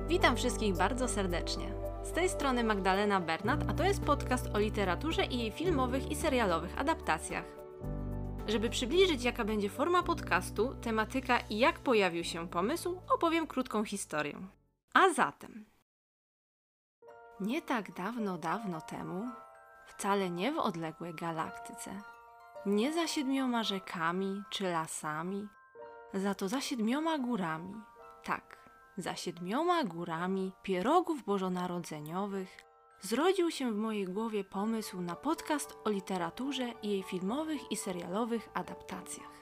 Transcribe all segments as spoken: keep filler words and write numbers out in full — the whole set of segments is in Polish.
Witam wszystkich bardzo serdecznie. Z tej strony Magdalena Bernat, a to jest podcast o literaturze i jej filmowych i serialowych adaptacjach. Żeby przybliżyć, jaka będzie forma podcastu, tematyka i jak pojawił się pomysł, opowiem krótką historię. A zatem... Nie tak dawno, dawno temu, wcale nie w odległej galaktyce, nie za siedmioma rzekami czy lasami, za to za siedmioma górami, tak, za siedmioma górami pierogów bożonarodzeniowych, zrodził się w mojej głowie pomysł na podcast o literaturze i jej filmowych i serialowych adaptacjach.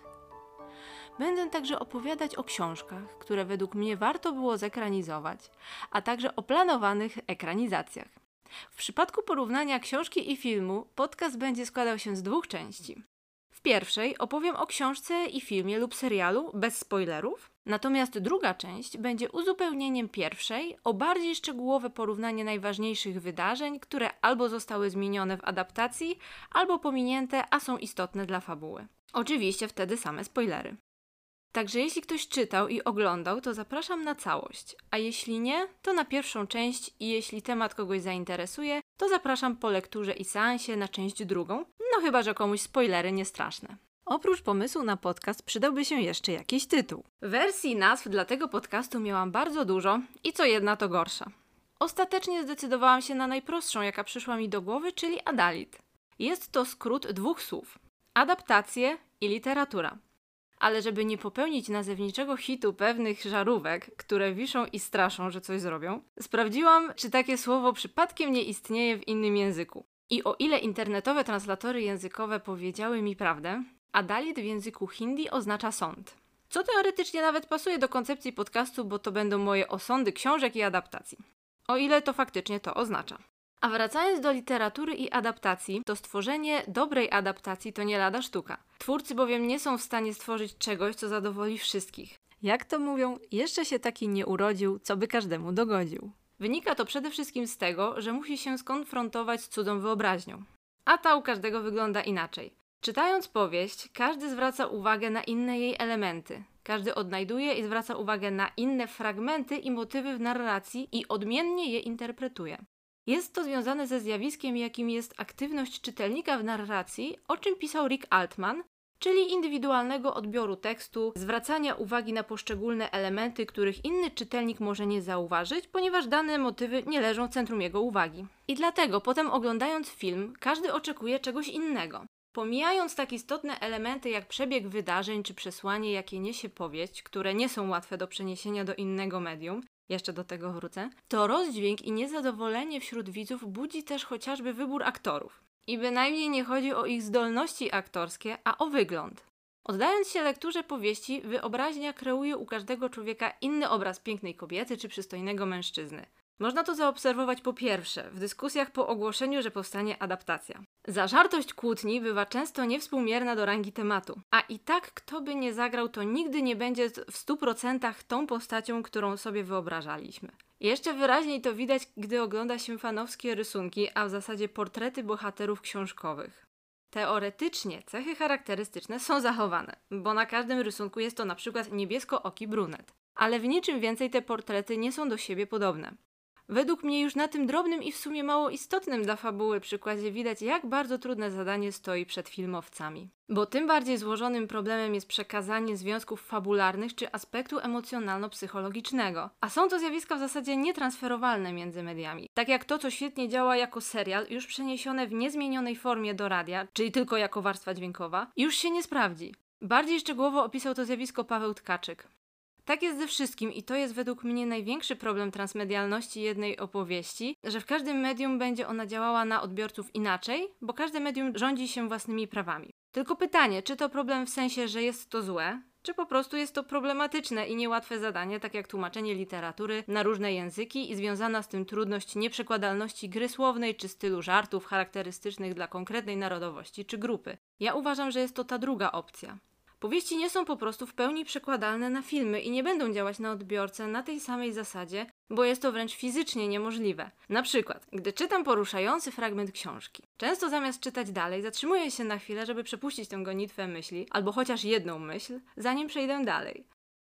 Będę także opowiadać o książkach, które według mnie warto było zekranizować, a także o planowanych ekranizacjach. W przypadku porównania książki i filmu podcast będzie składał się z dwóch części. W pierwszej opowiem o książce i filmie lub serialu bez spoilerów, natomiast druga część będzie uzupełnieniem pierwszej o bardziej szczegółowe porównanie najważniejszych wydarzeń, które albo zostały zmienione w adaptacji, albo pominięte, a są istotne dla fabuły. Oczywiście wtedy same spoilery. Także jeśli ktoś czytał i oglądał, to zapraszam na całość, a jeśli nie, to na pierwszą część i jeśli temat kogoś zainteresuje, to zapraszam po lekturze i seansie na część drugą, no chyba że komuś spoilery nie straszne. Oprócz pomysłu na podcast przydałby się jeszcze jakiś tytuł. Wersji nazw dla tego podcastu miałam bardzo dużo i co jedna to gorsza. Ostatecznie zdecydowałam się na najprostszą, jaka przyszła mi do głowy, czyli Adalit. Jest to skrót dwóch słów. Adaptacje i literatura. Ale żeby nie popełnić nazewniczego hitu pewnych żarówek, które wiszą i straszą, że coś zrobią, sprawdziłam, czy takie słowo przypadkiem nie istnieje w innym języku. I o ile internetowe translatory językowe powiedziały mi prawdę, Adalit w języku hindi oznacza sąd. Co teoretycznie nawet pasuje do koncepcji podcastu, bo to będą moje osądy książek i adaptacji. O ile to faktycznie to oznacza. A wracając do literatury i adaptacji, to stworzenie dobrej adaptacji to nie lada sztuka. Twórcy bowiem nie są w stanie stworzyć czegoś, co zadowoli wszystkich. Jak to mówią, jeszcze się taki nie urodził, co by każdemu dogodził. Wynika to przede wszystkim z tego, że musi się skonfrontować z cudzą wyobraźnią. A ta u każdego wygląda inaczej. Czytając powieść, każdy zwraca uwagę na inne jej elementy. Każdy odnajduje i zwraca uwagę na inne fragmenty i motywy w narracji i odmiennie je interpretuje. Jest to związane ze zjawiskiem, jakim jest aktywność czytelnika w narracji, o czym pisał Rick Altman, czyli indywidualnego odbioru tekstu, zwracania uwagi na poszczególne elementy, których inny czytelnik może nie zauważyć, ponieważ dane motywy nie leżą w centrum jego uwagi. I dlatego potem oglądając film, każdy oczekuje czegoś innego. Pomijając tak istotne elementy jak przebieg wydarzeń czy przesłanie, jakie niesie powieść, które nie są łatwe do przeniesienia do innego medium, jeszcze do tego wrócę, to rozdźwięk i niezadowolenie wśród widzów budzi też chociażby wybór aktorów. I bynajmniej nie chodzi o ich zdolności aktorskie, a o wygląd. Oddając się lekturze powieści, wyobraźnia kreuje u każdego człowieka inny obraz pięknej kobiety czy przystojnego mężczyzny. Można to zaobserwować po pierwsze, w dyskusjach po ogłoszeniu, że powstanie adaptacja. Zażartość kłótni bywa często niewspółmierna do rangi tematu. A i tak kto by nie zagrał, to nigdy nie będzie w stu procentach tą postacią, którą sobie wyobrażaliśmy. Jeszcze wyraźniej to widać, gdy ogląda się fanowskie rysunki, a w zasadzie portrety bohaterów książkowych. Teoretycznie cechy charakterystyczne są zachowane, bo na każdym rysunku jest to na przykład niebieskooki brunet. Ale w niczym więcej te portrety nie są do siebie podobne. Według mnie już na tym drobnym i w sumie mało istotnym dla fabuły przykładzie widać, jak bardzo trudne zadanie stoi przed filmowcami. Bo tym bardziej złożonym problemem jest przekazanie związków fabularnych czy aspektu emocjonalno-psychologicznego. A są to zjawiska w zasadzie nietransferowalne między mediami. Tak jak to, co świetnie działa jako serial, już przeniesione w niezmienionej formie do radia, czyli tylko jako warstwa dźwiękowa, już się nie sprawdzi. Bardziej szczegółowo opisał to zjawisko Paweł Tkaczyk. Tak jest ze wszystkim i to jest według mnie największy problem transmedialności jednej opowieści, że w każdym medium będzie ona działała na odbiorców inaczej, bo każde medium rządzi się własnymi prawami. Tylko pytanie, czy to problem w sensie, że jest to złe, czy po prostu jest to problematyczne i niełatwe zadanie, tak jak tłumaczenie literatury na różne języki i związana z tym trudność nieprzekładalności gry słownej czy stylu żartów charakterystycznych dla konkretnej narodowości czy grupy. Ja uważam, że jest to ta druga opcja. Powieści nie są po prostu w pełni przekładalne na filmy i nie będą działać na odbiorcę na tej samej zasadzie, bo jest to wręcz fizycznie niemożliwe. Na przykład, gdy czytam poruszający fragment książki, często zamiast czytać dalej, zatrzymuję się na chwilę, żeby przepuścić tę gonitwę myśli, albo chociaż jedną myśl, zanim przejdę dalej.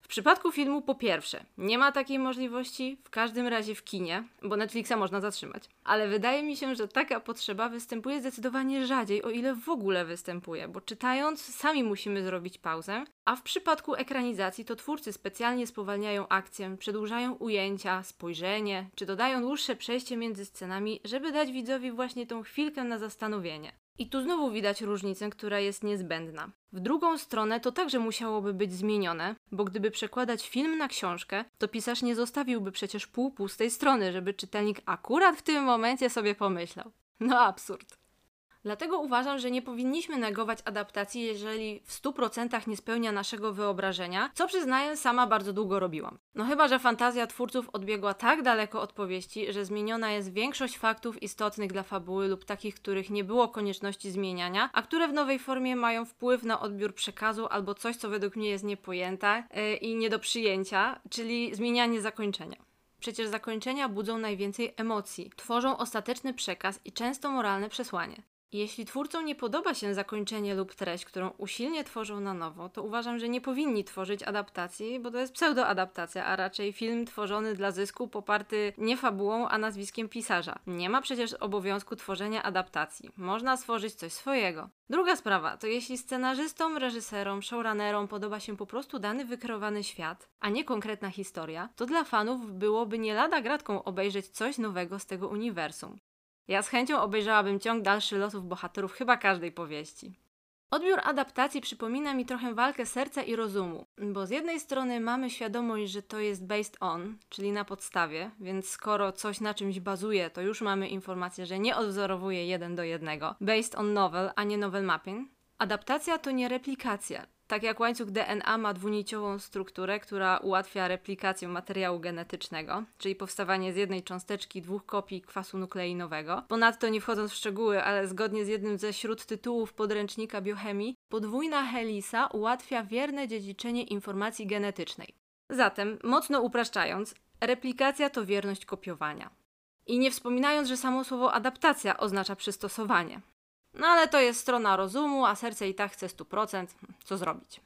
W przypadku filmu po pierwsze, nie ma takiej możliwości, w każdym razie w kinie, bo Netflixa można zatrzymać. Ale wydaje mi się, że taka potrzeba występuje zdecydowanie rzadziej, o ile w ogóle występuje, bo czytając sami musimy zrobić pauzę, a w przypadku ekranizacji to twórcy specjalnie spowalniają akcję, przedłużają ujęcia, spojrzenie, czy dodają dłuższe przejście między scenami, żeby dać widzowi właśnie tą chwilkę na zastanowienie. I tu znowu widać różnicę, która jest niezbędna. W drugą stronę to także musiałoby być zmienione, bo gdyby przekładać film na książkę, to pisarz nie zostawiłby przecież półpustej strony, żeby czytelnik akurat w tym momencie sobie pomyślał. No absurd. Dlatego uważam, że nie powinniśmy negować adaptacji, jeżeli w stu procentach nie spełnia naszego wyobrażenia, co przyznaję sama bardzo długo robiłam. No chyba, że fantazja twórców odbiegła tak daleko od powieści, że zmieniona jest większość faktów istotnych dla fabuły lub takich, których nie było konieczności zmieniania, a które w nowej formie mają wpływ na odbiór przekazu albo coś, co według mnie jest niepojęte yy, i nie do przyjęcia, czyli zmienianie zakończenia. Przecież zakończenia budzą najwięcej emocji, tworzą ostateczny przekaz i często moralne przesłanie. Jeśli twórcom nie podoba się zakończenie lub treść, którą usilnie tworzą na nowo, to uważam, że nie powinni tworzyć adaptacji, bo to jest pseudoadaptacja, a raczej film tworzony dla zysku, poparty nie fabułą, a nazwiskiem pisarza. Nie ma przecież obowiązku tworzenia adaptacji. Można stworzyć coś swojego. Druga sprawa, to jeśli scenarzystom, reżyserom, showrunnerom podoba się po prostu dany wykreowany świat, a nie konkretna historia, to dla fanów byłoby nie lada gratką obejrzeć coś nowego z tego uniwersum. Ja z chęcią obejrzałabym ciąg dalszy losów bohaterów chyba każdej powieści. Odbiór adaptacji przypomina mi trochę walkę serca i rozumu, bo z jednej strony mamy świadomość, że to jest based on, czyli na podstawie, więc skoro coś na czymś bazuje, to już mamy informację, że nie odwzorowuje jeden do jednego. Based on novel, a nie novel mapping. Adaptacja to nie replikacja. Tak jak łańcuch D N A ma dwuniciową strukturę, która ułatwia replikację materiału genetycznego, czyli powstawanie z jednej cząsteczki dwóch kopii kwasu nukleinowego. Ponadto, nie wchodząc w szczegóły, ale zgodnie z jednym ze śródtytułów podręcznika biochemii, podwójna helisa ułatwia wierne dziedziczenie informacji genetycznej. Zatem, mocno upraszczając, replikacja to wierność kopiowania. I nie wspominając, że samo słowo adaptacja oznacza przystosowanie. No ale to jest strona rozumu, a serce i tak chce stu procent. Co zrobić?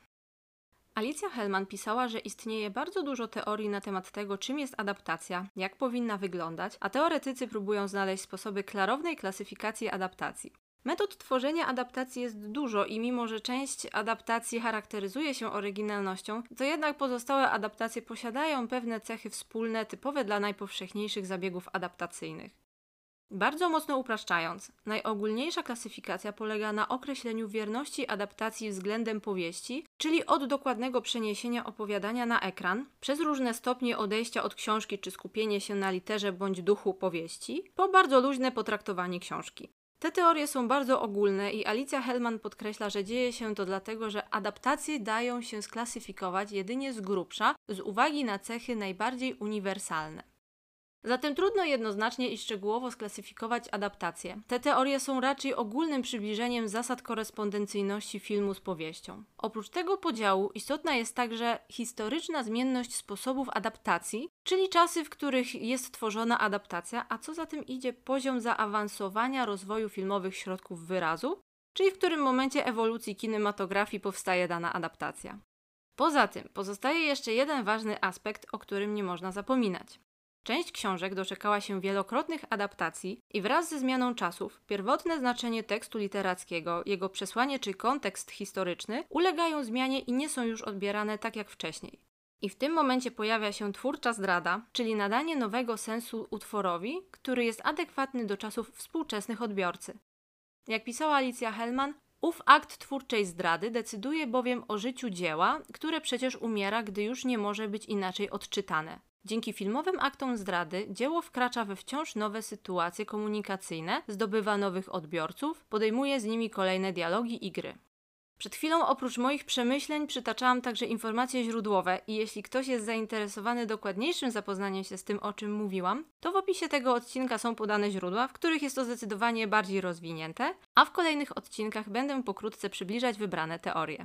Alicja Hellman pisała, że istnieje bardzo dużo teorii na temat tego, czym jest adaptacja, jak powinna wyglądać, a teoretycy próbują znaleźć sposoby klarownej klasyfikacji adaptacji. Metod tworzenia adaptacji jest dużo i mimo, że część adaptacji charakteryzuje się oryginalnością, to jednak pozostałe adaptacje posiadają pewne cechy wspólne, typowe dla najpowszechniejszych zabiegów adaptacyjnych. Bardzo mocno upraszczając, najogólniejsza klasyfikacja polega na określeniu wierności adaptacji względem powieści, czyli od dokładnego przeniesienia opowiadania na ekran, przez różne stopnie odejścia od książki czy skupienie się na literze bądź duchu powieści, po bardzo luźne potraktowanie książki. Te teorie są bardzo ogólne i Alicja Hellman podkreśla, że dzieje się to dlatego, że adaptacje dają się sklasyfikować jedynie z grubsza z uwagi na cechy najbardziej uniwersalne. Zatem trudno jednoznacznie i szczegółowo sklasyfikować adaptacje. Te teorie są raczej ogólnym przybliżeniem zasad korespondencyjności filmu z powieścią. Oprócz tego podziału istotna jest także historyczna zmienność sposobów adaptacji, czyli czasy, w których jest tworzona adaptacja, a co za tym idzie poziom zaawansowania rozwoju filmowych środków wyrazu, czyli w którym momencie ewolucji kinematografii powstaje dana adaptacja. Poza tym pozostaje jeszcze jeden ważny aspekt, o którym nie można zapominać. Część książek doczekała się wielokrotnych adaptacji i wraz ze zmianą czasów pierwotne znaczenie tekstu literackiego, jego przesłanie czy kontekst historyczny ulegają zmianie i nie są już odbierane tak jak wcześniej. I w tym momencie pojawia się twórcza zdrada, czyli nadanie nowego sensu utworowi, który jest adekwatny do czasów współczesnych odbiorcy. Jak pisała Alicja Hellman, ów akt twórczej zdrady decyduje bowiem o życiu dzieła, które przecież umiera, gdy już nie może być inaczej odczytane. Dzięki filmowym aktom zdrady dzieło wkracza we wciąż nowe sytuacje komunikacyjne, zdobywa nowych odbiorców, podejmuje z nimi kolejne dialogi i gry. Przed chwilą oprócz moich przemyśleń przytaczałam także informacje źródłowe i jeśli ktoś jest zainteresowany dokładniejszym zapoznaniem się z tym, o czym mówiłam, to w opisie tego odcinka są podane źródła, w których jest to zdecydowanie bardziej rozwinięte, a w kolejnych odcinkach będę pokrótce przybliżać wybrane teorie.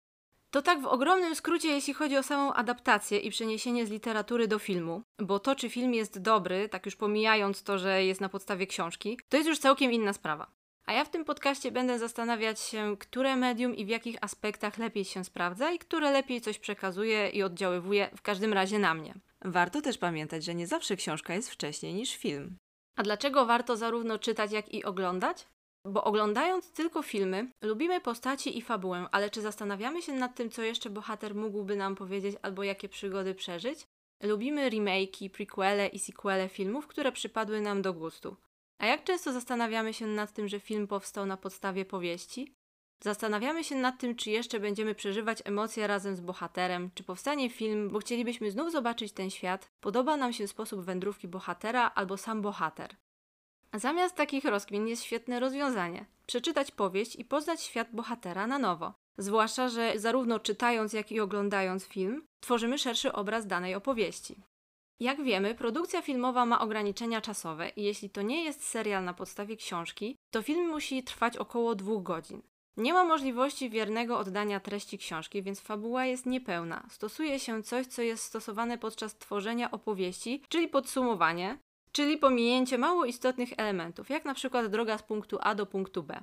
To tak w ogromnym skrócie, jeśli chodzi o samą adaptację i przeniesienie z literatury do filmu, bo to, czy film jest dobry, tak już pomijając to, że jest na podstawie książki, to jest już całkiem inna sprawa. A ja w tym podcaście będę zastanawiać się, które medium i w jakich aspektach lepiej się sprawdza i które lepiej coś przekazuje i oddziaływuje, w każdym razie na mnie. Warto też pamiętać, że nie zawsze książka jest wcześniej niż film. A dlaczego warto zarówno czytać, jak i oglądać? Bo oglądając tylko filmy, lubimy postaci i fabułę, ale czy zastanawiamy się nad tym, co jeszcze bohater mógłby nam powiedzieć albo jakie przygody przeżyć? Lubimy remake'i, prequele i sequele filmów, które przypadły nam do gustu. A jak często zastanawiamy się nad tym, że film powstał na podstawie powieści? Zastanawiamy się nad tym, czy jeszcze będziemy przeżywać emocje razem z bohaterem, czy powstanie film, bo chcielibyśmy znów zobaczyć ten świat, podoba nam się sposób wędrówki bohatera albo sam bohater. A zamiast takich rozkmin jest świetne rozwiązanie. Przeczytać powieść i poznać świat bohatera na nowo. Zwłaszcza, że zarówno czytając, jak i oglądając film, tworzymy szerszy obraz danej opowieści. Jak wiemy, produkcja filmowa ma ograniczenia czasowe i jeśli to nie jest serial na podstawie książki, to film musi trwać około dwóch godzin. Nie ma możliwości wiernego oddania treści książki, więc fabuła jest niepełna. Stosuje się coś, co jest stosowane podczas tworzenia opowieści, czyli podsumowanie, czyli pominięcie mało istotnych elementów, jak na przykład droga z punktu A do punktu B.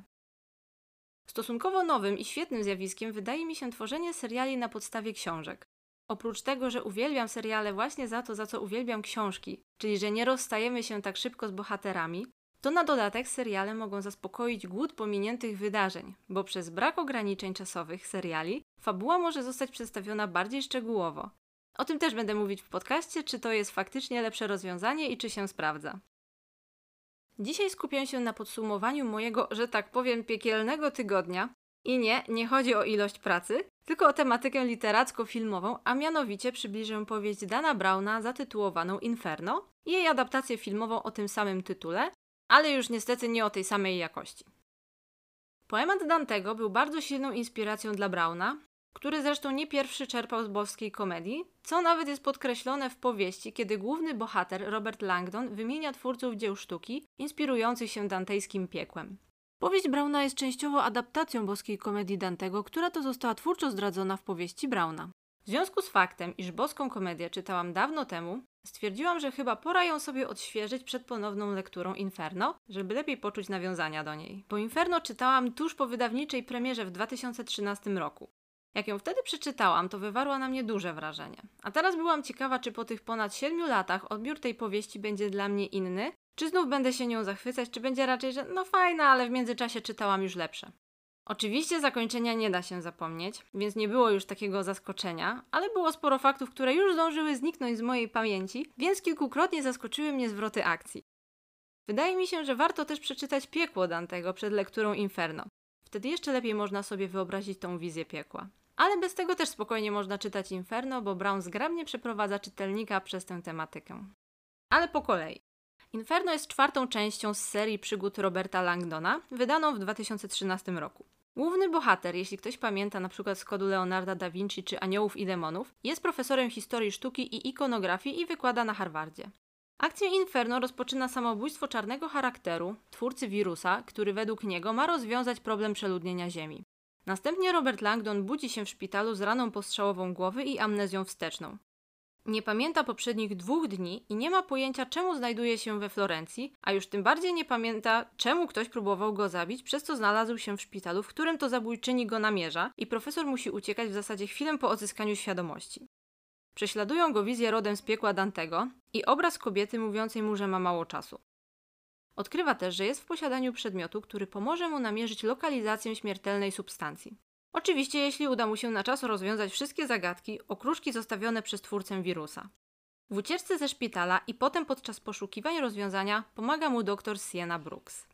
Stosunkowo nowym i świetnym zjawiskiem wydaje mi się tworzenie seriali na podstawie książek. Oprócz tego, że uwielbiam seriale właśnie za to, za co uwielbiam książki, czyli że nie rozstajemy się tak szybko z bohaterami, to na dodatek seriale mogą zaspokoić głód pominiętych wydarzeń, bo przez brak ograniczeń czasowych seriali fabuła może zostać przedstawiona bardziej szczegółowo. O tym też będę mówić w podcaście, czy to jest faktycznie lepsze rozwiązanie i czy się sprawdza. Dzisiaj skupię się na podsumowaniu mojego, że tak powiem, piekielnego tygodnia. I nie, nie chodzi o ilość pracy, tylko o tematykę literacko-filmową, a mianowicie przybliżę powieść Dana Browna zatytułowaną Inferno i jej adaptację filmową o tym samym tytule, ale już niestety nie o tej samej jakości. Poemat Dantego był bardzo silną inspiracją dla Browna, który zresztą nie pierwszy czerpał z boskiej komedii, co nawet jest podkreślone w powieści, kiedy główny bohater Robert Langdon wymienia twórców dzieł sztuki inspirujących się dantejskim piekłem. Powieść Browna jest częściowo adaptacją boskiej komedii Dantego, która to została twórczo zdradzona w powieści Browna. W związku z faktem, iż boską komedię czytałam dawno temu, stwierdziłam, że chyba pora ją sobie odświeżyć przed ponowną lekturą Inferno, żeby lepiej poczuć nawiązania do niej. Bo Inferno czytałam tuż po wydawniczej premierze w dwa tysiące trzynastym roku. Jak ją wtedy przeczytałam, to wywarła na mnie duże wrażenie. A teraz byłam ciekawa, czy po tych ponad siedmiu latach odbiór tej powieści będzie dla mnie inny, czy znów będę się nią zachwycać, czy będzie raczej, że no fajna, ale w międzyczasie czytałam już lepsze. Oczywiście zakończenia nie da się zapomnieć, więc nie było już takiego zaskoczenia, ale było sporo faktów, które już zdążyły zniknąć z mojej pamięci, więc kilkukrotnie zaskoczyły mnie zwroty akcji. Wydaje mi się, że warto też przeczytać Piekło Dantego przed lekturą Inferno. Wtedy jeszcze lepiej można sobie wyobrazić tą wizję piekła. Ale bez tego też spokojnie można czytać Inferno, bo Brown zgrabnie przeprowadza czytelnika przez tę tematykę. Ale po kolei. Inferno jest czwartą częścią z serii przygód Roberta Langdona, wydaną w dwa tysiące trzynastym roku. Główny bohater, jeśli ktoś pamięta na przykład z kodu Leonarda da Vinci czy Aniołów i Demonów, jest profesorem historii sztuki i ikonografii i wykłada na Harvardzie. Akcję Inferno rozpoczyna samobójstwo czarnego charakteru, twórcy wirusa, który według niego ma rozwiązać problem przeludnienia Ziemi. Następnie Robert Langdon budzi się w szpitalu z raną postrzałową głowy i amnezją wsteczną. Nie pamięta poprzednich dwóch dni i nie ma pojęcia, czemu znajduje się we Florencji, a już tym bardziej nie pamięta, czemu ktoś próbował go zabić, przez co znalazł się w szpitalu, w którym to zabójczyni go namierza i profesor musi uciekać w zasadzie chwilę po odzyskaniu świadomości. Prześladują go wizje rodem z piekła Dantego i obraz kobiety mówiącej mu, że ma mało czasu. Odkrywa też, że jest w posiadaniu przedmiotu, który pomoże mu namierzyć lokalizację śmiertelnej substancji. Oczywiście, jeśli uda mu się na czas rozwiązać wszystkie zagadki, okruszki zostawione przez twórcę wirusa. W ucieczce ze szpitala i potem podczas poszukiwań rozwiązania pomaga mu dr Sienna Brooks.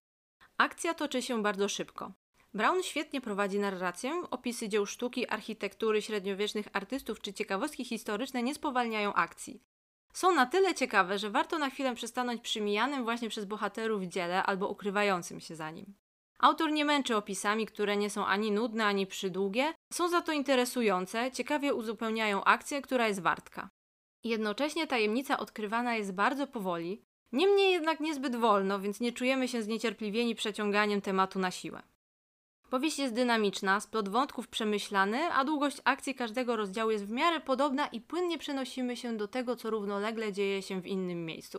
Akcja toczy się bardzo szybko. Brown świetnie prowadzi narrację, opisy dzieł sztuki, architektury, średniowiecznych artystów czy ciekawostki historyczne nie spowalniają akcji. Są na tyle ciekawe, że warto na chwilę przystanąć przy mijanym właśnie przez bohaterów dziele albo ukrywającym się za nim. Autor nie męczy opisami, które nie są ani nudne, ani przydługie, są za to interesujące, ciekawie uzupełniają akcję, która jest wartka. Jednocześnie tajemnica odkrywana jest bardzo powoli, niemniej jednak niezbyt wolno, więc nie czujemy się zniecierpliwieni przeciąganiem tematu na siłę. Powieść jest dynamiczna, splot wątków przemyślany, a długość akcji każdego rozdziału jest w miarę podobna i płynnie przenosimy się do tego, co równolegle dzieje się w innym miejscu.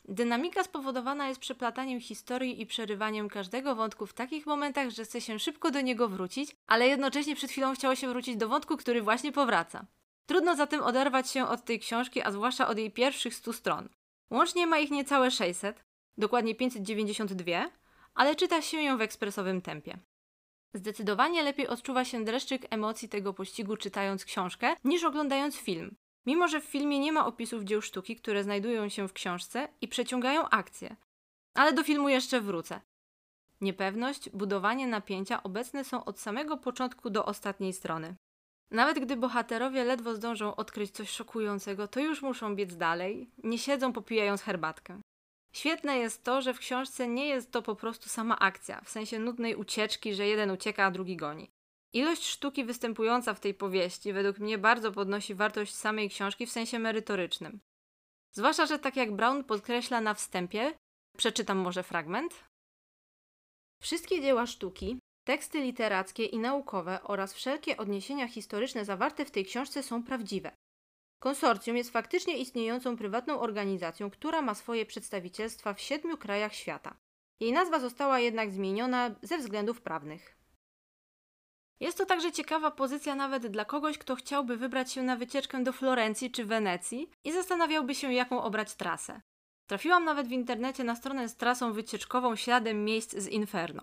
Dynamika spowodowana jest przeplataniem historii i przerywaniem każdego wątku w takich momentach, że chce się szybko do niego wrócić, ale jednocześnie przed chwilą chciało się wrócić do wątku, który właśnie powraca. Trudno zatem oderwać się od tej książki, a zwłaszcza od jej pierwszych stu stron. Łącznie ma ich niecałe sześćset, dokładnie pięćset dziewięćdziesiąt dwa, ale czyta się ją w ekspresowym tempie. Zdecydowanie lepiej odczuwa się dreszczyk emocji tego pościgu czytając książkę, niż oglądając film. Mimo że w filmie nie ma opisów dzieł sztuki, które znajdują się w książce i przeciągają akcję. Ale do filmu jeszcze wrócę. Niepewność, budowanie napięcia obecne są od samego początku do ostatniej strony. Nawet gdy bohaterowie ledwo zdążą odkryć coś szokującego, to już muszą biec dalej, nie siedzą popijając herbatkę. Świetne jest to, że w książce nie jest to po prostu sama akcja, w sensie nudnej ucieczki, że jeden ucieka, a drugi goni. Ilość sztuki występująca w tej powieści według mnie bardzo podnosi wartość samej książki w sensie merytorycznym. Zwłaszcza, że tak jak Brown podkreśla na wstępie, przeczytam może fragment. Wszystkie dzieła sztuki, teksty literackie i naukowe oraz wszelkie odniesienia historyczne zawarte w tej książce są prawdziwe. Konsorcjum jest faktycznie istniejącą prywatną organizacją, która ma swoje przedstawicielstwa w siedmiu krajach świata. Jej nazwa została jednak zmieniona ze względów prawnych. Jest to także ciekawa pozycja nawet dla kogoś, kto chciałby wybrać się na wycieczkę do Florencji czy Wenecji i zastanawiałby się, jaką obrać trasę. Trafiłam nawet w internecie na stronę z trasą wycieczkową śladem miejsc z Inferno.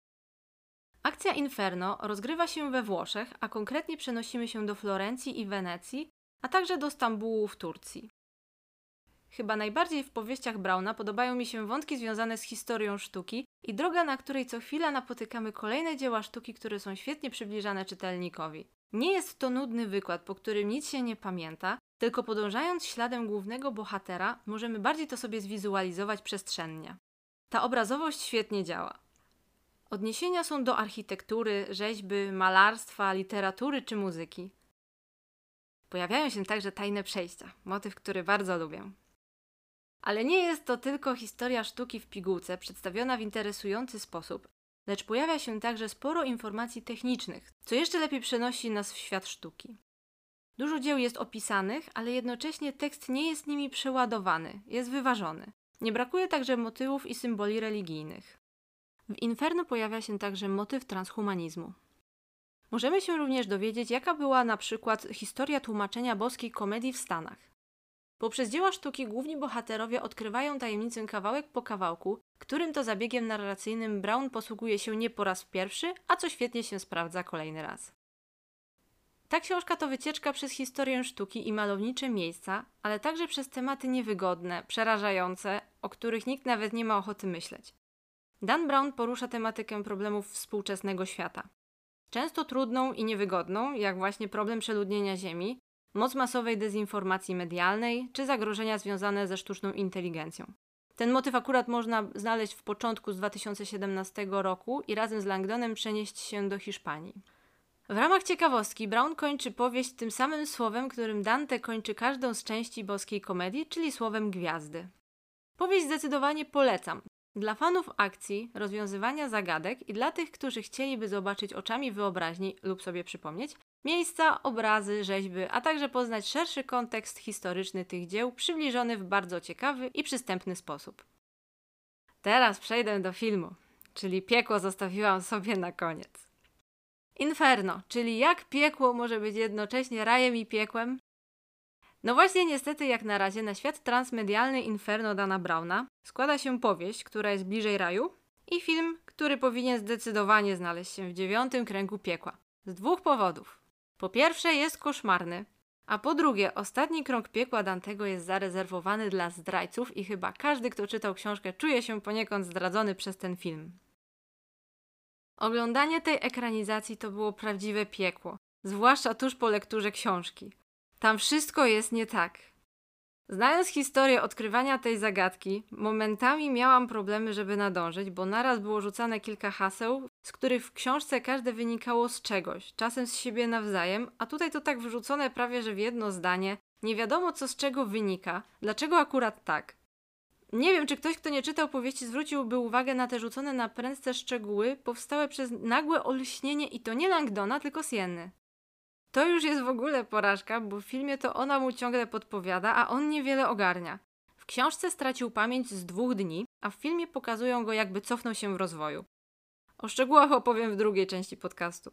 Akcja Inferno rozgrywa się we Włoszech, a konkretnie przenosimy się do Florencji i Wenecji, a także do Stambułu w Turcji. Chyba najbardziej w powieściach Browna podobają mi się wątki związane z historią sztuki i droga, na której co chwila napotykamy kolejne dzieła sztuki, które są świetnie przybliżane czytelnikowi. Nie jest to nudny wykład, po którym nic się nie pamięta, tylko podążając śladem głównego bohatera, możemy bardziej to sobie zwizualizować przestrzennie. Ta obrazowość świetnie działa. Odniesienia są do architektury, rzeźby, malarstwa, literatury czy muzyki. Pojawiają się także tajne przejścia, motyw, który bardzo lubię. Ale nie jest to tylko historia sztuki w pigułce przedstawiona w interesujący sposób, lecz pojawia się także sporo informacji technicznych, co jeszcze lepiej przenosi nas w świat sztuki. Dużo dzieł jest opisanych, ale jednocześnie tekst nie jest nimi przeładowany, jest wyważony. Nie brakuje także motywów i symboli religijnych. W Inferno pojawia się także motyw transhumanizmu. Możemy się również dowiedzieć, jaka była na przykład historia tłumaczenia boskiej komedii w Stanach. Poprzez dzieła sztuki główni bohaterowie odkrywają tajemnicę kawałek po kawałku, którym to zabiegiem narracyjnym Brown posługuje się nie po raz pierwszy, a co świetnie się sprawdza kolejny raz. Ta książka to wycieczka przez historię sztuki i malownicze miejsca, ale także przez tematy niewygodne, przerażające, o których nikt nawet nie ma ochoty myśleć. Dan Brown porusza tematykę problemów współczesnego świata. Często trudną i niewygodną, jak właśnie problem przeludnienia Ziemi, moc masowej dezinformacji medialnej czy zagrożenia związane ze sztuczną inteligencją. Ten motyw akurat można znaleźć w początku z dwa tysiące siedemnastego roku i razem z Langdonem przenieść się do Hiszpanii. W ramach ciekawostki Brown kończy powieść tym samym słowem, którym Dante kończy każdą z części boskiej komedii, czyli słowem gwiazdy. Powieść zdecydowanie polecam. Dla fanów akcji, rozwiązywania zagadek i dla tych, którzy chcieliby zobaczyć oczami wyobraźni lub sobie przypomnieć miejsca, obrazy, rzeźby, a także poznać szerszy kontekst historyczny tych dzieł, przybliżony w bardzo ciekawy i przystępny sposób. Teraz przejdę do filmu, czyli piekło zostawiłam sobie na koniec. Inferno, czyli jak piekło może być jednocześnie rajem i piekłem? No właśnie niestety jak na razie na świat transmedialny Inferno Dana Browna składa się powieść, która jest bliżej raju i film, który powinien zdecydowanie znaleźć się w dziewiątym kręgu piekła. Z dwóch powodów. Po pierwsze jest koszmarny, a po drugie ostatni krąg piekła Dantego jest zarezerwowany dla zdrajców i chyba każdy, kto czytał książkę, czuje się poniekąd zdradzony przez ten film. Oglądanie tej ekranizacji to było prawdziwe piekło, zwłaszcza tuż po lekturze książki. Tam wszystko jest nie tak. Znając historię odkrywania tej zagadki, momentami miałam problemy, żeby nadążyć, bo naraz było rzucane kilka haseł, z których w książce każde wynikało z czegoś, czasem z siebie nawzajem, a tutaj to tak wrzucone prawie że w jedno zdanie, nie wiadomo co z czego wynika, dlaczego akurat tak. Nie wiem, czy ktoś, kto nie czytał powieści, zwróciłby uwagę na te rzucone na prędce szczegóły powstałe przez nagłe olśnienie i to nie Langdona, tylko Sienny. To już jest w ogóle porażka, bo w filmie to ona mu ciągle podpowiada, a on niewiele ogarnia. W W książce stracił pamięć z dwóch dni, a w filmie pokazują go, jakby cofnął się w rozwoju. O szczegółach opowiem w drugiej części podcastu.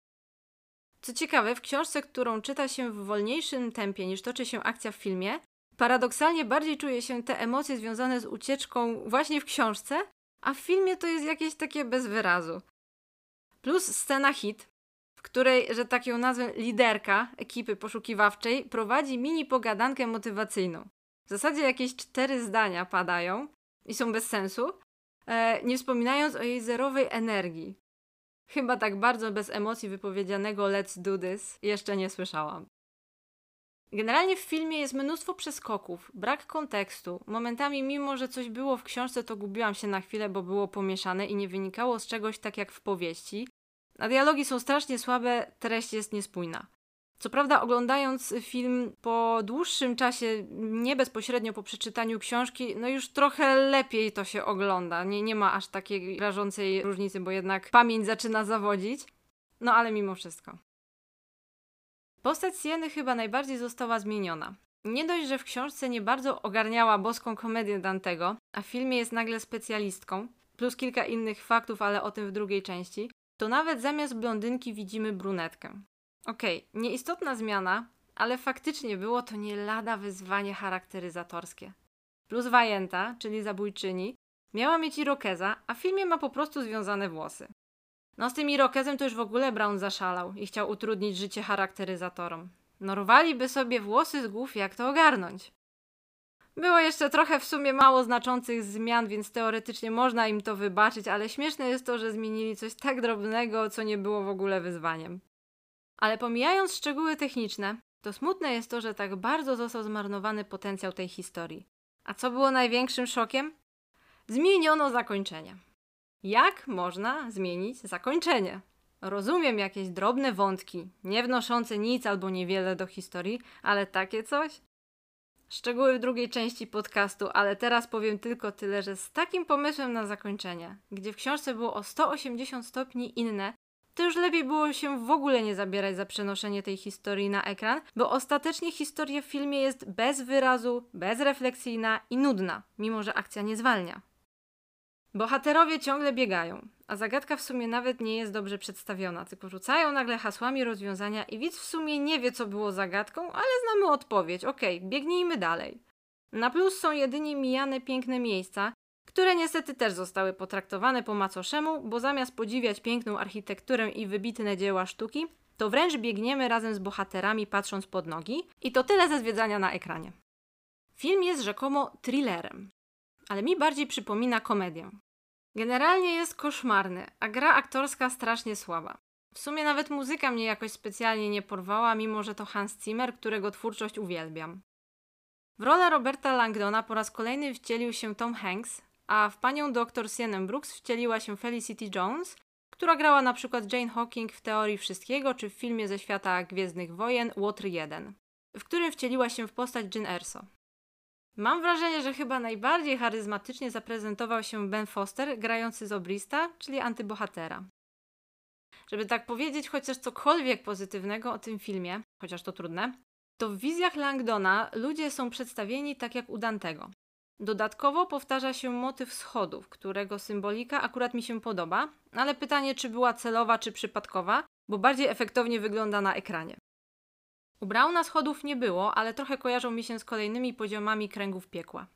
Co ciekawe, w książce, którą czyta się w wolniejszym tempie niż toczy się akcja w filmie, paradoksalnie bardziej czuje się te emocje związane z ucieczką właśnie w książce, a w filmie to jest jakieś takie bez wyrazu. Plus scena hit, w której, że tak ją nazwę, liderka ekipy poszukiwawczej prowadzi mini pogadankę motywacyjną. W zasadzie jakieś cztery zdania padają i są bez sensu, e, nie wspominając o jej zerowej energii. Chyba tak bardzo bez emocji wypowiedzianego "let's do this" jeszcze nie słyszałam. Generalnie w filmie jest mnóstwo przeskoków, brak kontekstu. Momentami, mimo że coś było w książce, to gubiłam się na chwilę, bo było pomieszane i nie wynikało z czegoś tak jak w powieści. A dialogi są strasznie słabe, treść jest niespójna. Co prawda, oglądając film po dłuższym czasie, nie bezpośrednio po przeczytaniu książki, no już trochę lepiej to się ogląda. Nie, nie ma aż takiej rażącej różnicy, bo jednak pamięć zaczyna zawodzić. No ale mimo wszystko. Postać Sieny chyba najbardziej została zmieniona. Nie dość, że w książce nie bardzo ogarniała boską komedię Dantego, a w filmie jest nagle specjalistką, plus kilka innych faktów, ale o tym w drugiej części, to nawet zamiast blondynki widzimy brunetkę. Okej, okay, nieistotna zmiana, ale faktycznie było to nie lada wyzwanie charakteryzatorskie. Plus Wajęta, czyli zabójczyni, miała mieć irokeza, a w filmie ma po prostu związane włosy. No z tym irokezem to już w ogóle Brown zaszalał i chciał utrudnić życie charakteryzatorom. No rwaliby sobie włosy z głów, jak to ogarnąć. Było jeszcze trochę w sumie mało znaczących zmian, więc teoretycznie można im to wybaczyć, ale śmieszne jest to, że zmienili coś tak drobnego, co nie było w ogóle wyzwaniem. Ale pomijając szczegóły techniczne, to smutne jest to, że tak bardzo został zmarnowany potencjał tej historii. A co było największym szokiem? Zmieniono zakończenie. Jak można zmienić zakończenie? Rozumiem jakieś drobne wątki, nie wnoszące nic albo niewiele do historii, ale takie coś? Szczegóły w drugiej części podcastu, ale teraz powiem tylko tyle, że z takim pomysłem na zakończenie, gdzie w książce było o sto osiemdziesiąt stopni inne, to już lepiej było się w ogóle nie zabierać za przenoszenie tej historii na ekran, bo ostatecznie historia w filmie jest bez wyrazu, bezrefleksyjna i nudna, mimo że akcja nie zwalnia. Bohaterowie ciągle biegają, a zagadka w sumie nawet nie jest dobrze przedstawiona, tylko rzucają nagle hasłami rozwiązania i widz w sumie nie wie, co było zagadką, ale znamy odpowiedź. Okej, okay, biegnijmy dalej. Na plus są jedynie mijane piękne miejsca, które niestety też zostały potraktowane po macoszemu, bo zamiast podziwiać piękną architekturę i wybitne dzieła sztuki, to wręcz biegniemy razem z bohaterami patrząc pod nogi i to tyle ze zwiedzania na ekranie. Film jest rzekomo thrillerem, ale mi bardziej przypomina komedię. Generalnie jest koszmarny, a gra aktorska strasznie słaba. W sumie nawet muzyka mnie jakoś specjalnie nie porwała, mimo że to Hans Zimmer, którego twórczość uwielbiam. W rolę Roberta Langdona po raz kolejny wcielił się Tom Hanks, a w panią doktor Sienę Brooks wcieliła się Felicity Jones, która grała na przykład Jane Hawking w Teorii Wszystkiego czy w filmie ze świata Gwiezdnych Wojen Łotr jeden, w którym wcieliła się w postać Jyn Erso. Mam wrażenie, że chyba najbardziej charyzmatycznie zaprezentował się Ben Foster, grający Zobrista, czyli antybohatera. Żeby tak powiedzieć chociaż cokolwiek pozytywnego o tym filmie, chociaż to trudne, to w wizjach Langdona ludzie są przedstawieni tak jak u Dantego. Dodatkowo powtarza się motyw schodów, którego symbolika akurat mi się podoba, ale pytanie, czy była celowa, czy przypadkowa, bo bardziej efektownie wygląda na ekranie. U Browna schodów nie było, ale trochę kojarzą mi się z kolejnymi poziomami kręgów piekła.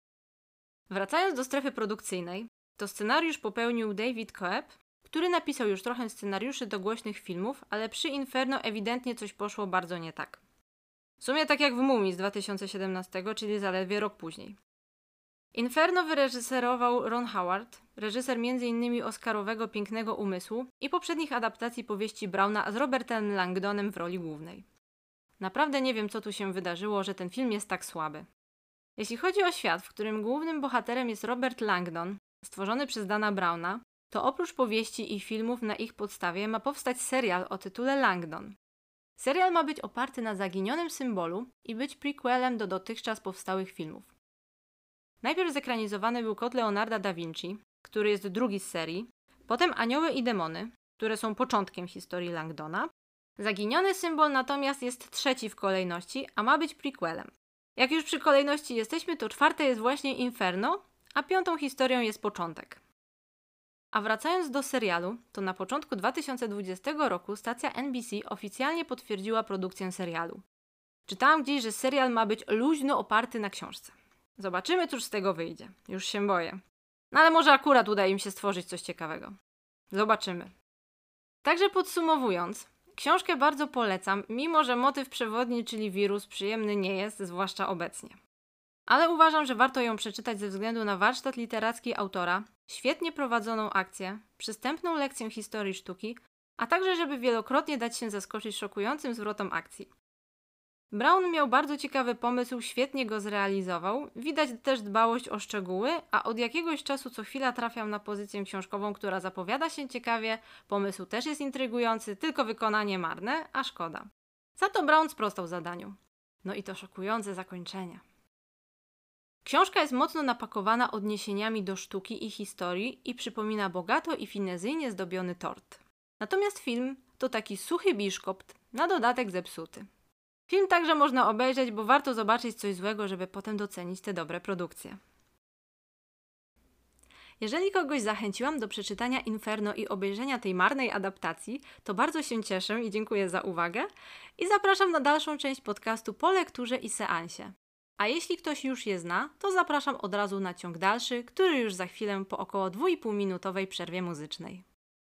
Wracając do strefy produkcyjnej, to scenariusz popełnił David Coeb, który napisał już trochę scenariuszy do głośnych filmów, ale przy Inferno ewidentnie coś poszło bardzo nie tak. W sumie tak jak w Mumii z dwa tysiące siedemnastego, czyli zaledwie rok później. Inferno wyreżyserował Ron Howard, reżyser między innymi oscarowego Pięknego Umysłu i poprzednich adaptacji powieści Browna z Robertem Langdonem w roli głównej. Naprawdę nie wiem, co tu się wydarzyło, że ten film jest tak słaby. Jeśli chodzi o świat, w którym głównym bohaterem jest Robert Langdon, stworzony przez Dana Browna, to oprócz powieści i filmów na ich podstawie ma powstać serial o tytule Langdon. Serial ma być oparty na zaginionym symbolu i być prequelem do dotychczas powstałych filmów. Najpierw zekranizowany był Kod Leonarda da Vinci, który jest drugi z serii, potem Anioły i Demony, które są początkiem historii Langdona. Zaginiony symbol natomiast jest trzeci w kolejności, a ma być prequelem. Jak już przy kolejności jesteśmy, to czwarte jest właśnie Inferno, a piątą historią jest Początek. A wracając do serialu, to na początku dwa tysiące dwudziestego roku stacja N B C oficjalnie potwierdziła produkcję serialu. Czytałam gdzieś, że serial ma być luźno oparty na książce. Zobaczymy, cóż z tego wyjdzie. Już się boję. No ale może akurat uda im się stworzyć coś ciekawego. Zobaczymy. Także podsumowując, książkę bardzo polecam, mimo że motyw przewodni, czyli wirus, przyjemny nie jest, zwłaszcza obecnie. Ale uważam, że warto ją przeczytać ze względu na warsztat literacki autora, świetnie prowadzoną akcję, przystępną lekcję historii sztuki, a także żeby wielokrotnie dać się zaskoczyć szokującym zwrotom akcji. Brown miał bardzo ciekawy pomysł, świetnie go zrealizował, widać też dbałość o szczegóły, a od jakiegoś czasu co chwila trafiał na pozycję książkową, która zapowiada się ciekawie, pomysł też jest intrygujący, tylko wykonanie marne, a szkoda. Za to Brown sprostał zadaniu. No i to szokujące zakończenie. Książka jest mocno napakowana odniesieniami do sztuki i historii i przypomina bogato i finezyjnie zdobiony tort. Natomiast film to taki suchy biszkopt, na dodatek zepsuty. Film także można obejrzeć, bo warto zobaczyć coś złego, żeby potem docenić te dobre produkcje. Jeżeli kogoś zachęciłam do przeczytania Inferno i obejrzenia tej marnej adaptacji, to bardzo się cieszę i dziękuję za uwagę i zapraszam na dalszą część podcastu po lekturze i seansie. A jeśli ktoś już je zna, to zapraszam od razu na ciąg dalszy, który już za chwilę po około dwuipółminutowej przerwie muzycznej.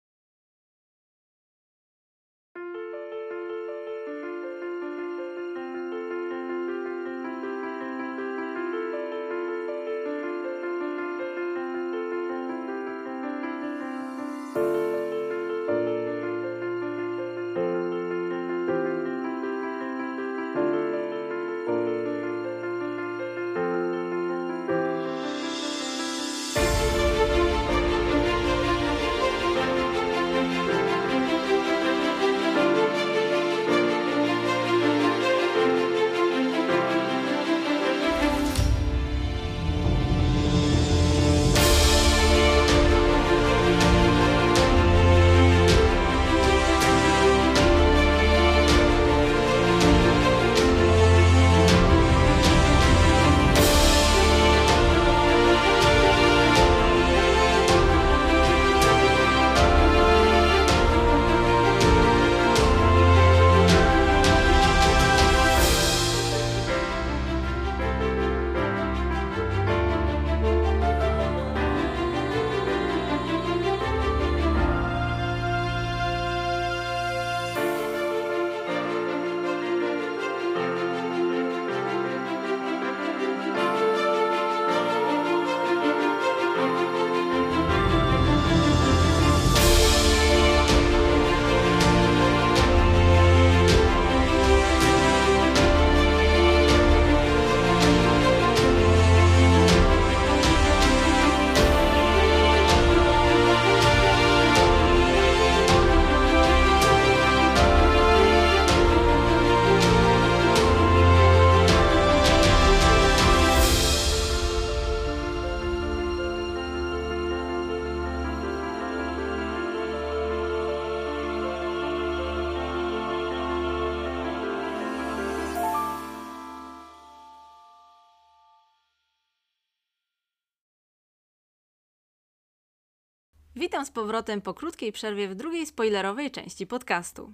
Witam z powrotem po krótkiej przerwie w drugiej spoilerowej części podcastu.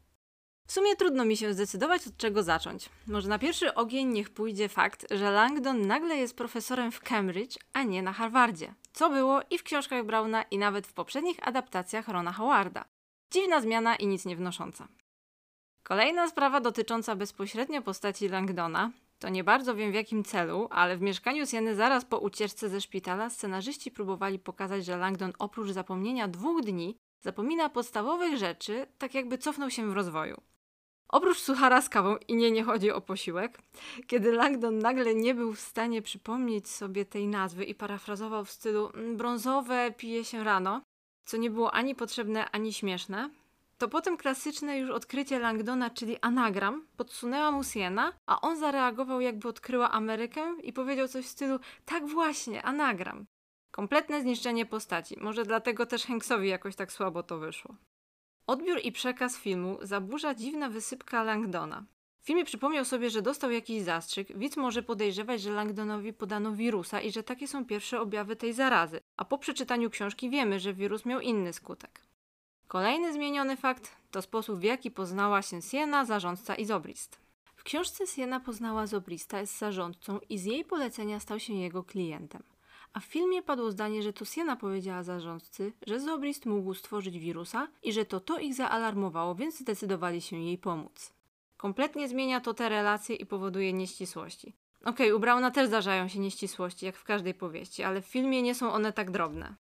W sumie trudno mi się zdecydować, od czego zacząć. Może na pierwszy ogień niech pójdzie fakt, że Langdon nagle jest profesorem w Cambridge, a nie na Harvardzie. Co było i w książkach Browna, i nawet w poprzednich adaptacjach Rona Howarda. Dziwna zmiana i nic nie wnosząca. Kolejna sprawa dotycząca bezpośrednio postaci Langdona. To nie bardzo wiem w jakim celu, ale w Mieszkaniu Sieny zaraz po ucieczce ze szpitala scenarzyści próbowali pokazać, że Langdon oprócz zapomnienia dwóch dni zapomina podstawowych rzeczy, tak jakby cofnął się w rozwoju. Oprócz suchara z kawą, i nie, nie chodzi o posiłek, kiedy Langdon nagle nie był w stanie przypomnieć sobie tej nazwy i parafrazował w stylu brązowe pije się rano, co nie było ani potrzebne, ani śmieszne, to potem klasyczne już odkrycie Langdona, czyli anagram, podsunęła mu Siena, a on zareagował, jakby odkryła Amerykę i powiedział coś w stylu tak właśnie, anagram. Kompletne zniszczenie postaci, może dlatego też Hanksowi jakoś tak słabo to wyszło. Odbiór i przekaz filmu zaburza dziwna wysypka Langdona. W filmie przypomniał sobie, że dostał jakiś zastrzyk, widz może podejrzewać, że Langdonowi podano wirusa i że takie są pierwsze objawy tej zarazy, a po przeczytaniu książki wiemy, że wirus miał inny skutek. Kolejny zmieniony fakt to sposób, w jaki poznała się Sienna, zarządca i Zobrist. W książce Sienna poznała Zobrista, jest zarządcą i z jej polecenia stał się jego klientem. A w filmie padło zdanie, że to Sienna powiedziała zarządcy, że Zobrist mógł stworzyć wirusa i że to to ich zaalarmowało, więc zdecydowali się jej pomóc. Kompletnie zmienia to te relacje i powoduje nieścisłości. Okej, okay, u Brauna też zdarzają się nieścisłości, jak w każdej powieści, ale w filmie nie są one tak drobne.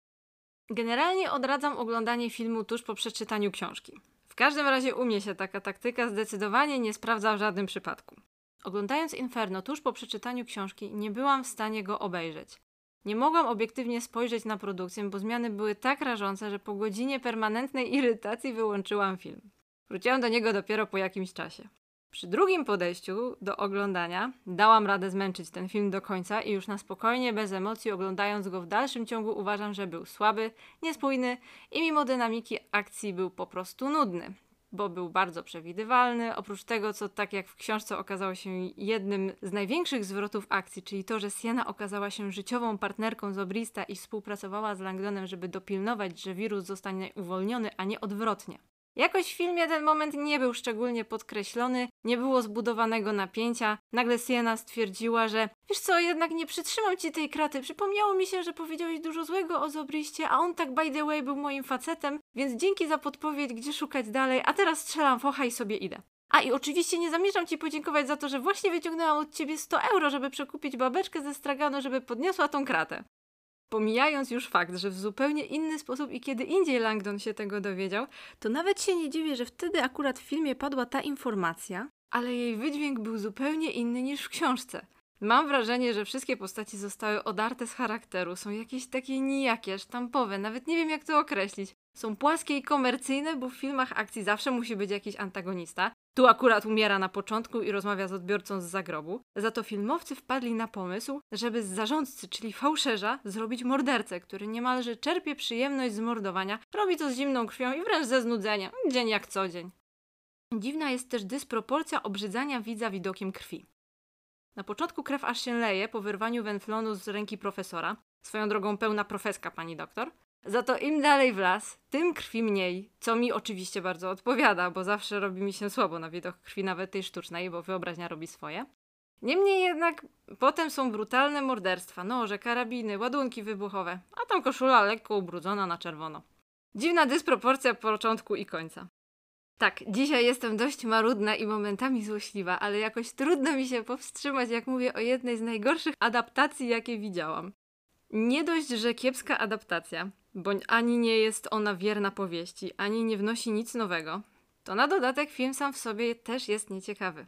Generalnie odradzam oglądanie filmu tuż po przeczytaniu książki. W każdym razie u mnie się taka taktyka zdecydowanie nie sprawdza w żadnym przypadku. Oglądając Inferno tuż po przeczytaniu książki nie byłam w stanie go obejrzeć. Nie mogłam obiektywnie spojrzeć na produkcję, bo zmiany były tak rażące, że po godzinie permanentnej irytacji wyłączyłam film. Wróciłam do niego dopiero po jakimś czasie. Przy drugim podejściu do oglądania dałam radę zmęczyć ten film do końca i już na spokojnie, bez emocji oglądając go w dalszym ciągu uważam, że był słaby, niespójny i mimo dynamiki akcji był po prostu nudny, bo był bardzo przewidywalny, oprócz tego, co tak jak w książce okazało się jednym z największych zwrotów akcji, czyli to, że Sienna okazała się życiową partnerką Zobrista i współpracowała z Langdonem, żeby dopilnować, że wirus zostanie uwolniony, a nie odwrotnie. Jakoś w filmie ten moment nie był szczególnie podkreślony, nie było zbudowanego napięcia. Nagle Sienna stwierdziła, że wiesz co, jednak nie przytrzymam ci tej kraty. Przypomniało mi się, że powiedziałeś dużo złego o Zobriście, a on tak by the way był moim facetem, więc dzięki za podpowiedź, gdzie szukać dalej, a teraz strzelam focha i sobie idę. A i oczywiście nie zamierzam ci podziękować za to, że właśnie wyciągnęłam od ciebie sto euro, żeby przekupić babeczkę ze straganu, żeby podniosła tą kratę. Pomijając już fakt, że w zupełnie inny sposób i kiedy indziej Langdon się tego dowiedział, to nawet się nie dziwię, że wtedy akurat w filmie padła ta informacja, ale jej wydźwięk był zupełnie inny niż w książce. Mam wrażenie, że wszystkie postaci zostały odarte z charakteru, są jakieś takie nijakie, sztampowe, nawet nie wiem jak to określić. Są płaskie i komercyjne, bo w filmach akcji zawsze musi być jakiś antagonista. Tu akurat umiera na początku i rozmawia z odbiorcą z zagrobu. Za to filmowcy wpadli na pomysł, żeby z zarządcy, czyli fałszerza, zrobić mordercę, który niemalże czerpie przyjemność z mordowania, robi to z zimną krwią i wręcz ze znudzenia. Dzień jak co dzień. Dziwna jest też dysproporcja obrzydzania widza widokiem krwi. Na początku krew aż się leje po wyrwaniu wenflonu z ręki profesora. Swoją drogą pełna profeska, pani doktor. Za to im dalej w las, tym krwi mniej, co mi oczywiście bardzo odpowiada, bo zawsze robi mi się słabo na widok krwi, nawet tej sztucznej, bo wyobraźnia robi swoje. Niemniej jednak potem są brutalne morderstwa, noże, karabiny, ładunki wybuchowe, a tam koszula lekko ubrudzona na czerwono. Dziwna dysproporcja początku i końca. Tak, dzisiaj jestem dość marudna i momentami złośliwa, ale jakoś trudno mi się powstrzymać, jak mówię o jednej z najgorszych adaptacji, jakie widziałam. Nie dość, że kiepska adaptacja, bo ani nie jest ona wierna powieści, ani nie wnosi nic nowego, to na dodatek film sam w sobie też jest nieciekawy.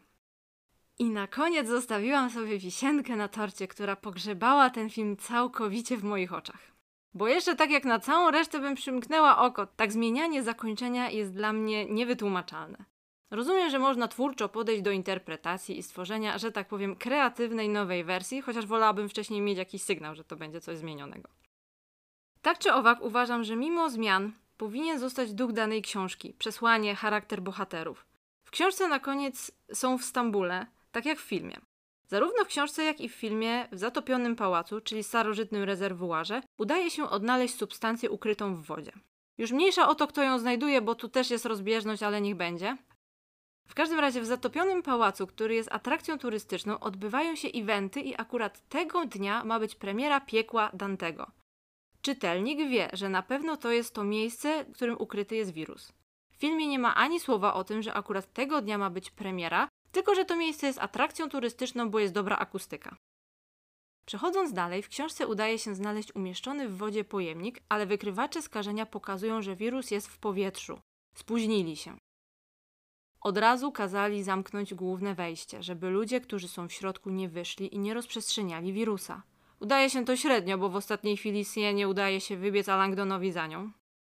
I na koniec zostawiłam sobie wisienkę na torcie, która pogrzebała ten film całkowicie w moich oczach. Bo jeszcze tak jak na całą resztę bym przymknęła oko, tak zmienianie zakończenia jest dla mnie niewytłumaczalne. Rozumiem, że można twórczo podejść do interpretacji i stworzenia, że tak powiem, kreatywnej nowej wersji, chociaż wolałabym wcześniej mieć jakiś sygnał, że to będzie coś zmienionego. Tak czy owak uważam, że mimo zmian powinien zostać duch danej książki, przesłanie, charakter bohaterów. W książce na koniec są w Stambule, tak jak w filmie. Zarówno w książce, jak i w filmie w zatopionym pałacu, czyli starożytnym rezerwuarze, udaje się odnaleźć substancję ukrytą w wodzie. Już mniejsza o to, kto ją znajduje, bo tu też jest rozbieżność, ale niech będzie. W każdym razie w zatopionym pałacu, który jest atrakcją turystyczną, odbywają się eventy i akurat tego dnia ma być premiera Piekła Dantego. Czytelnik wie, że na pewno to jest to miejsce, w którym ukryty jest wirus. W filmie nie ma ani słowa o tym, że akurat tego dnia ma być premiera, tylko że to miejsce jest atrakcją turystyczną, bo jest dobra akustyka. Przechodząc dalej, w książce udaje się znaleźć umieszczony w wodzie pojemnik, ale wykrywacze skażenia pokazują, że wirus jest w powietrzu. Spóźnili się. Od razu kazali zamknąć główne wejście, żeby ludzie, którzy są w środku, nie wyszli i nie rozprzestrzeniali wirusa. Udaje się to średnio, bo w ostatniej chwili Siennie udaje się wybiec, a Langdonowi za nią.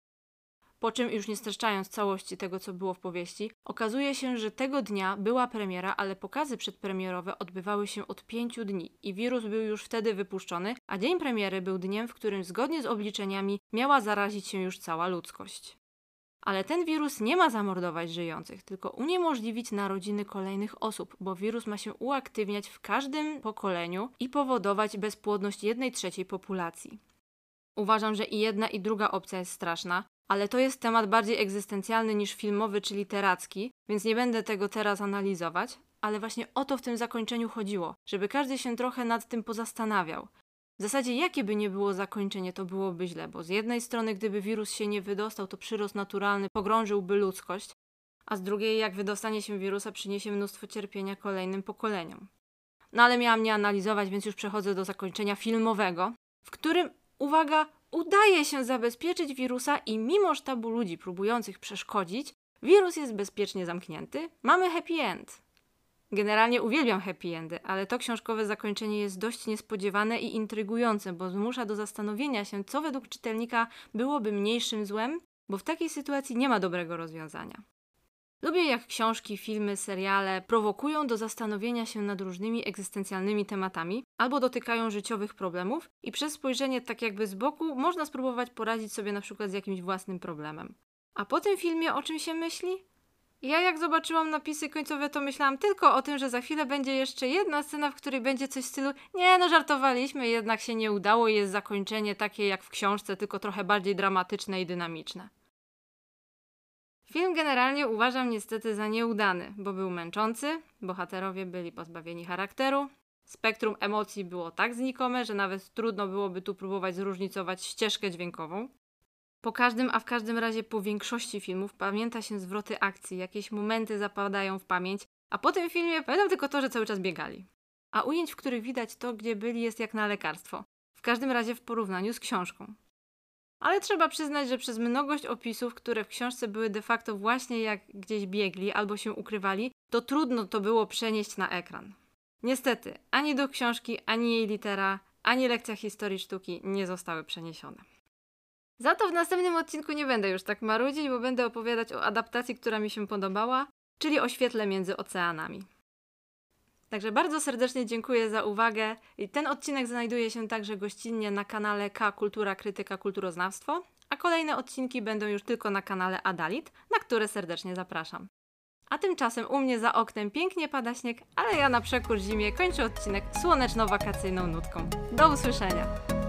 Po czym, już nie streszczając całości tego, co było w powieści, okazuje się, że tego dnia była premiera, ale pokazy przedpremierowe odbywały się od pięciu dni i wirus był już wtedy wypuszczony, a dzień premiery był dniem, w którym zgodnie z obliczeniami miała zarazić się już cała ludzkość. Ale ten wirus nie ma zamordować żyjących, tylko uniemożliwić narodziny kolejnych osób, bo wirus ma się uaktywniać w każdym pokoleniu i powodować bezpłodność jednej trzeciej populacji. Uważam, że i jedna i druga opcja jest straszna, ale to jest temat bardziej egzystencjalny niż filmowy czy literacki, więc nie będę tego teraz analizować, ale właśnie o to w tym zakończeniu chodziło, żeby każdy się trochę nad tym pozastanawiał. W zasadzie jakie by nie było zakończenie, to byłoby źle, bo z jednej strony gdyby wirus się nie wydostał, to przyrost naturalny pogrążyłby ludzkość, a z drugiej jak wydostanie się wirusa przyniesie mnóstwo cierpienia kolejnym pokoleniom. No ale miałam nie analizować, więc już przechodzę do zakończenia filmowego, w którym, uwaga, udaje się zabezpieczyć wirusa i mimo sztabu ludzi próbujących przeszkodzić, wirus jest bezpiecznie zamknięty, mamy happy end. Generalnie uwielbiam happy endy, ale to książkowe zakończenie jest dość niespodziewane i intrygujące, bo zmusza do zastanowienia się, co według czytelnika byłoby mniejszym złem, bo w takiej sytuacji nie ma dobrego rozwiązania. Lubię, jak książki, filmy, seriale prowokują do zastanowienia się nad różnymi egzystencjalnymi tematami albo dotykają życiowych problemów i przez spojrzenie tak jakby z boku można spróbować poradzić sobie na przykład z jakimś własnym problemem. A po tym filmie o czym się myśli? Ja jak zobaczyłam napisy końcowe, to myślałam tylko o tym, że za chwilę będzie jeszcze jedna scena, w której będzie coś w stylu nie no żartowaliśmy, jednak się nie udało i jest zakończenie takie jak w książce, tylko trochę bardziej dramatyczne i dynamiczne. Film generalnie uważam niestety za nieudany, bo był męczący, bohaterowie byli pozbawieni charakteru, spektrum emocji było tak znikome, że nawet trudno byłoby tu próbować zróżnicować ścieżkę dźwiękową. Po każdym, a w każdym razie po większości filmów pamięta się zwroty akcji, jakieś momenty zapadają w pamięć, a po tym filmie pamiętam tylko to, że cały czas biegali. A ujęć, w których widać to, gdzie byli, jest jak na lekarstwo. W każdym razie w porównaniu z książką. Ale trzeba przyznać, że przez mnogość opisów, które w książce były de facto właśnie jak gdzieś biegli albo się ukrywali, to trudno to było przenieść na ekran. Niestety, ani duch książki, ani jej litera, ani lekcja historii sztuki nie zostały przeniesione. Za to w następnym odcinku nie będę już tak marudzić, bo będę opowiadać o adaptacji, która mi się podobała, czyli o Świetle między oceanami. Także bardzo serdecznie dziękuję za uwagę i ten odcinek znajduje się także gościnnie na kanale K Kultura Krytyka Kulturoznawstwo, a kolejne odcinki będą już tylko na kanale Adalit, na które serdecznie zapraszam. A tymczasem u mnie za oknem pięknie pada śnieg, ale ja na przekór zimie kończę odcinek słoneczno-wakacyjną nutką. Do usłyszenia!